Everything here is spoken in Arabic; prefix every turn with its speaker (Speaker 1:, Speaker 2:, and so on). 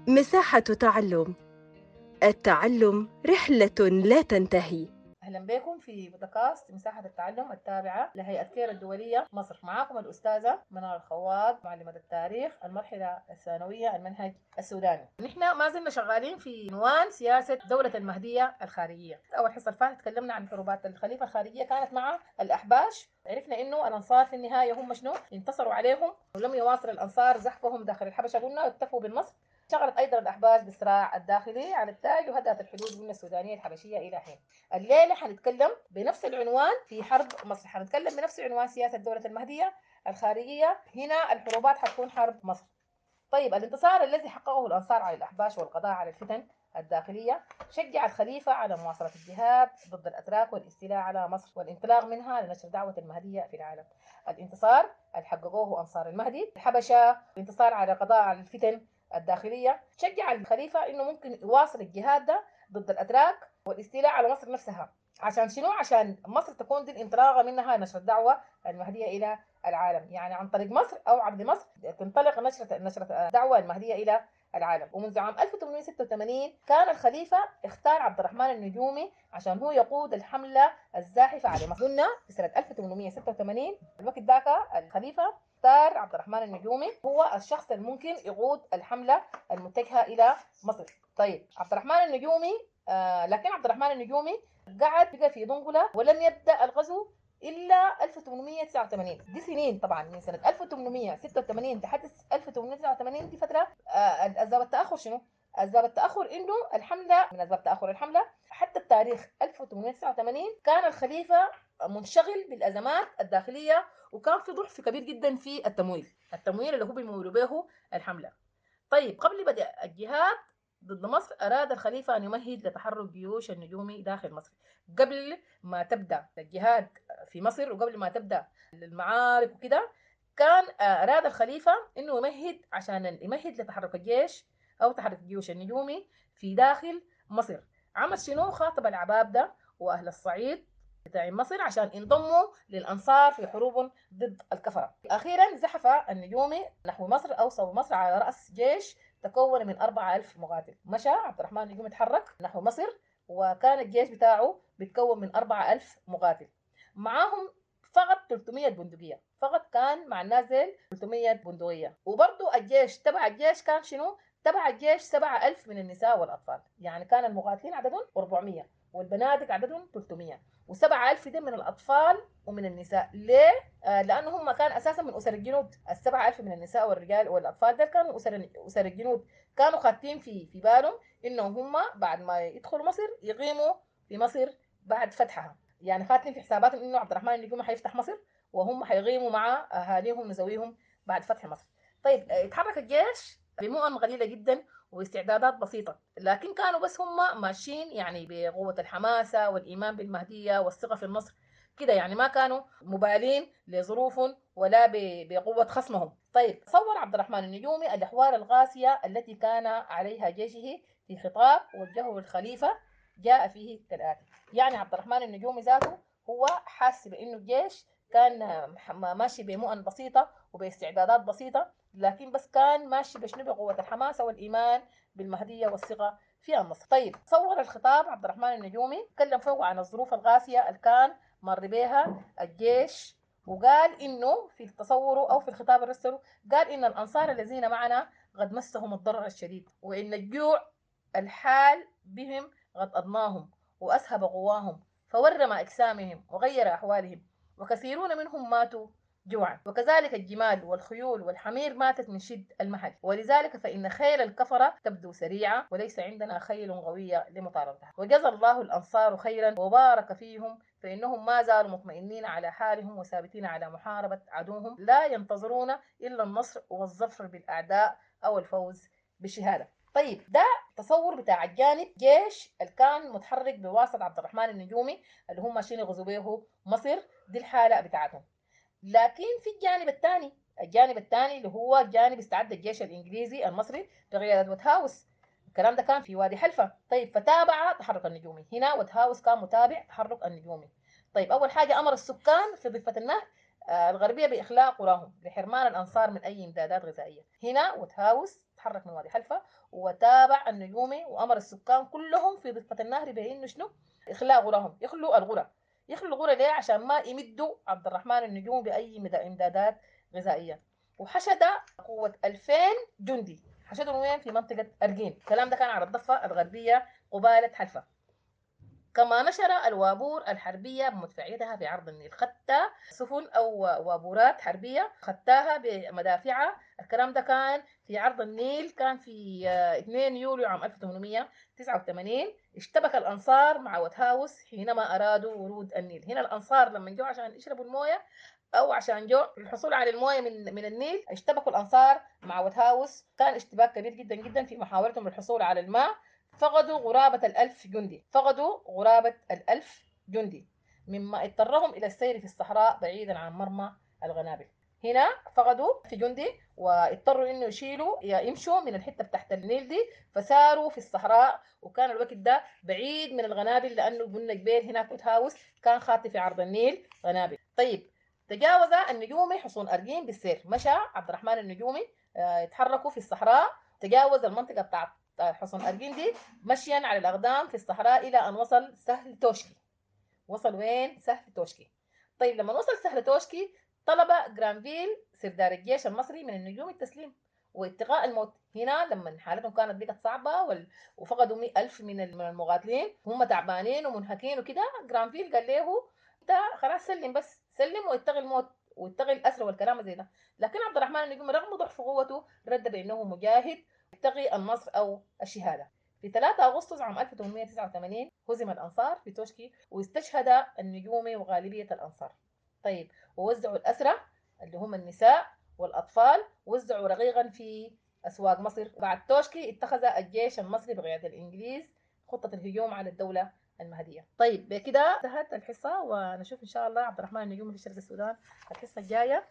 Speaker 1: مساحة تعلم. التعلم رحلة لا تنتهي.
Speaker 2: أهلا بكم في بودكاست مساحة التعلم التابعة لهيئة كير الدولية مصر. معاكم الأستاذة منار الخواد، معلمة التاريخ المرحلة الثانوية المنهج السوداني. نحن ما زلنا شغالين في عنوان سياسة دولة المهدية الخارجية. أول حصة اللي فاتت تكلمنا عن حروبات الخليفة الخارجية، كانت مع الأحباش. عرفنا إنه الأنصار في النهاية هم شنو؟ انتصروا عليهم ولم يواصل الأنصار زحفهم داخل الحبشة، قلنا اكتفوا بالمصر. شغلت أيضا الأحباش بالصراع الداخلي على التاج، وهدأت الحدود بين السودانية الحبشية إلى حين. الليلة حنتكلم بنفس العنوان في حرب مصر، حنتكلم بنفس عنوان سياسة دولة المهدية الخارجية. هنا الحروبات حتكون حرب مصر. طيب، الانتصار الذي حققه الأنصار على الأحباش والقضاء على الفتن الداخلية شجع الخليفة على مواصلة الجهاد ضد الأتراك والاستيلاء على مصر والانطلاق منها لنشر دعوة المهدية في العالم. الانتصار اللي حققوه أنصار المهدي الحبشة، الانتصار على القضاء على الفتن الداخلية، شجع الخليفة إنه ممكن يواصل الجهاد ده ضد الأتراك والاستيلاء على مصر نفسها. عشان شنو؟ عشان مصر تكون دي الانطلاقة منها نشر الدعوة المهدية إلى العالم، يعني عن طريق مصر أو عبر مصر تنطلق نشرة الدعوة المهدية إلى العالم. ومنذ عام 1886 كان الخليفة اختار عبد الرحمن النجومي عشان هو يقود الحملة الزاحفة على مصر. قلنا في سنة 1886 الوقت ذاك الخليفة اختار عبد الرحمن النجومي هو الشخص الممكن يقود الحملة المتجهة إلى مصر. طيب، عبد الرحمن النجومي لكن عبد الرحمن النجومي قعد بقى في دنقلة ولم يبدأ الغزو إلا 1889. دي سنين طبعا، من سنة 1886 لحد 1889 دي فترة. أسباب التأخر شنو؟ أسباب التأخر إنه الحملة، من أسباب تأخر الحملة حتى التاريخ 1889 كان الخليفة منشغل بالأزمات الداخلية، وكان في ضعف كبير جدا في التمويل اللي هو بيمولوا به الحملة. طيب، قبل بدء الجهاد ضد مصر أراد الخليفة أن يمهد لتحرك جيوش النجومي داخل مصر. قبل ما تبدأ الجهاد في مصر وقبل ما تبدأ المعارك وكده، كان أراد الخليفة أنه عشان يمهد لتحرك الجيش أو تحرك جيوش النجومي في داخل مصر. عمل شنو؟ خاطب العبابدة وأهل الصعيد بتاع مصر عشان ينضموا للأنصار في حروب ضد الكفرة. أخيرا زحف النجومي نحو مصر، أوصل مصر على رأس جيش تكون من 4000 مقاتل. مشى عبد الرحمن النجومي يتحرك نحو مصر، وكان الجيش بتاعه بيتكون من 4000 مقاتل، معاهم فقط 300 بندقية. فقط كان مع الناس ديل 300 بندقية. وبرضه الجيش تبع الجيش كان شنو؟ تبع الجيش 7000 من النساء والأطفال، يعني كان المقاتلين عددهم 400 والبنادق عددهم 300، و7000 دي من الأطفال ومن النساء. ليه؟ لانه هم كان اساسا من اسر الجنود. ال7000 من النساء والرجال والاطفال ده كانوا اسر الجنود، كانوا خاطين في بالهم انهم هم بعد ما يدخلوا مصر يقيموا في مصر بعد فتحها. يعني خاطين في حساباتهم انه عبد الرحمن النجومي حيفتح مصر وهم حيقيموا مع اهاليهم نزويهم بعد فتح مصر. طيب، اتحرك الجيش بمؤن قليله جدا واستعدادات بسيطه، لكن كانوا بس هم ماشيين يعني بقوه الحماسه والايمان بالمهديه والثقه في النصر كده، يعني ما كانوا مبالين لظروفهم ولا بقوة خصمهم. طيب، صور عبد الرحمن النجومي الأحوال القاسية التي كان عليها جيشه في خطاب وجهه للخليفة، جاء فيه كالآتي. يعني عبد الرحمن النجومي ذاته هو حاسس بأنه الجيش كان ماشي بمؤن بسيطة وباستعدادات بسيطة، لكن بس كان ماشي بشنو؟ بقوة الحماسة والإيمان بالمهدية والثقة في النصر. طيب، صور الخطاب عبد الرحمن النجومي، تكلم فوق عن الظروف القاسية اللي كان مر بها الجيش، وقال انه في تصوره او في الخطاب اللي رسله، قال ان الانصار الذين معنا قد مسهم الضرر الشديد، وان الجوع الحال بهم قد اضناهم واسهب قواهم فورم اجسامهم وغير احوالهم، وكثيرون منهم ماتوا جوعا، وكذلك الجمال والخيول والحمير ماتت من شد المهج، ولذلك فإن خيل الكفرة تبدو سريعة وليس عندنا خيل قوية لمطاردتها. وجزى الله الأنصار خيرا وبارك فيهم، فإنهم ما زالوا مطمئنين على حالهم وثابتين على محاربة عدوهم، لا ينتظرون إلا النصر والظفر بالأعداء أو الفوز بالشهادة. طيب، ده تصور بتاع الجانب جيش اللي كان متحرك بواسطة عبد الرحمن النجومي اللي هم ماشيين يغزوا به مصر. دي الحالة بتاعتهم. لكن في الجانب الثاني، الجانب الثاني اللي هو جانب استعد الجيش الانجليزي المصري بقياده وتهاوس. الكلام ده كان في وادي حلفا. طيب، فتابع تحرك النجومي. هنا وتهاوس كان متابع تحرك النجومي. طيب، اول حاجه امر السكان في ضفه النهر الغربيه باخلاء قراهم لحرمان الانصار من اي امدادات غذائيه. هنا وتهاوس تحرك من وادي حلفة وتابع النجومي وأمر السكان كلهم في ضفة النهر بأنه شنو إخلاء غراهم، يخلوا الغرة. يخلوا الغرة ليه؟ عشان ما يمدوا عبد الرحمن النجومي بأي إمدادات غذائية. وحشد قوة 2000 جندي، حشدهم وين؟ في منطقة أرجين. الكلام ده كان على الضفة الغربية قبالة حلفة. كما نشر الوابور الحربية بمدفعيتها في عرض النيل، خدتها سفن أو وابورات حربية خدتها بمدافعها. الكلام ده كان في عرض النيل، كان في 2 يوليو عام 1889. اشتبك الأنصار مع وتهاوس حينما أرادوا ورود النيل. هنا الأنصار لما جو عشان يشربوا الموية أو عشان جو الحصول على الموية من النيل، اشتبكوا الأنصار مع وتهاوس. كان اشتباك كبير جدا جدا في محاولتهم للحصول على الماء. فقدوا غرابة 1000 جندي، فقدوا غرابة 1000 جندي، مما اضطرهم إلى السير في الصحراء بعيدا عن مرمى الغنابل. هنا فقدوا في جندي واضطروا انه يشيلوا يمشوا من الحته بتاعت النيل دي، فساروا في الصحراء. وكان الوقت ده بعيد من الغنابل، لانه قلنا جبيل هناك وتهاوس كان خاطي في عرض النيل غنابل. طيب، تجاوز النجومي حصون ارجين بالسير. مشى عبد الرحمن النجومي يتحركوا في الصحراء، تجاوز المنطقه بتاعت حصن أرجين دي مشيا على الأقدام في الصحراء إلى أن وصل سهل توشكي. وصل وين؟ سهل توشكي. طيب، لما وصل سهل توشكي طلب جرانفيل سردار الجيش المصري من النجوم التسليم واتقاء الموت. هنا لما حالتهم كانت بقت صعبة وفقدوا 100,000 من المقاتلين، هم تعبانين ومنهكين وكده، جرانفيل قال له انت خلاص سلم، بس سلم واتقي الموت واتقي الأسر والكلام زي ده. لكن عبد الرحمن النجومي رغم ضعف قوته رد بأنه مجاهد يبتغي النصر أو الشهادة. في 3 أغسطس عام 1889 هزم الأنصار في توشكي واستشهد النجومي وغالبية الأنصار. طيب، ووزعوا الأسرى اللي هم النساء والأطفال، وزعوا رقيقا في أسواق مصر. بعد توشكي اتخذ الجيش المصري بقيادة الإنجليز خطة الهجوم على الدولة المهدية. طيب، بكده انتهت الحصة، ونشوف إن شاء الله عبد الرحمن النجومي في شرق السودان الحصة الجاية.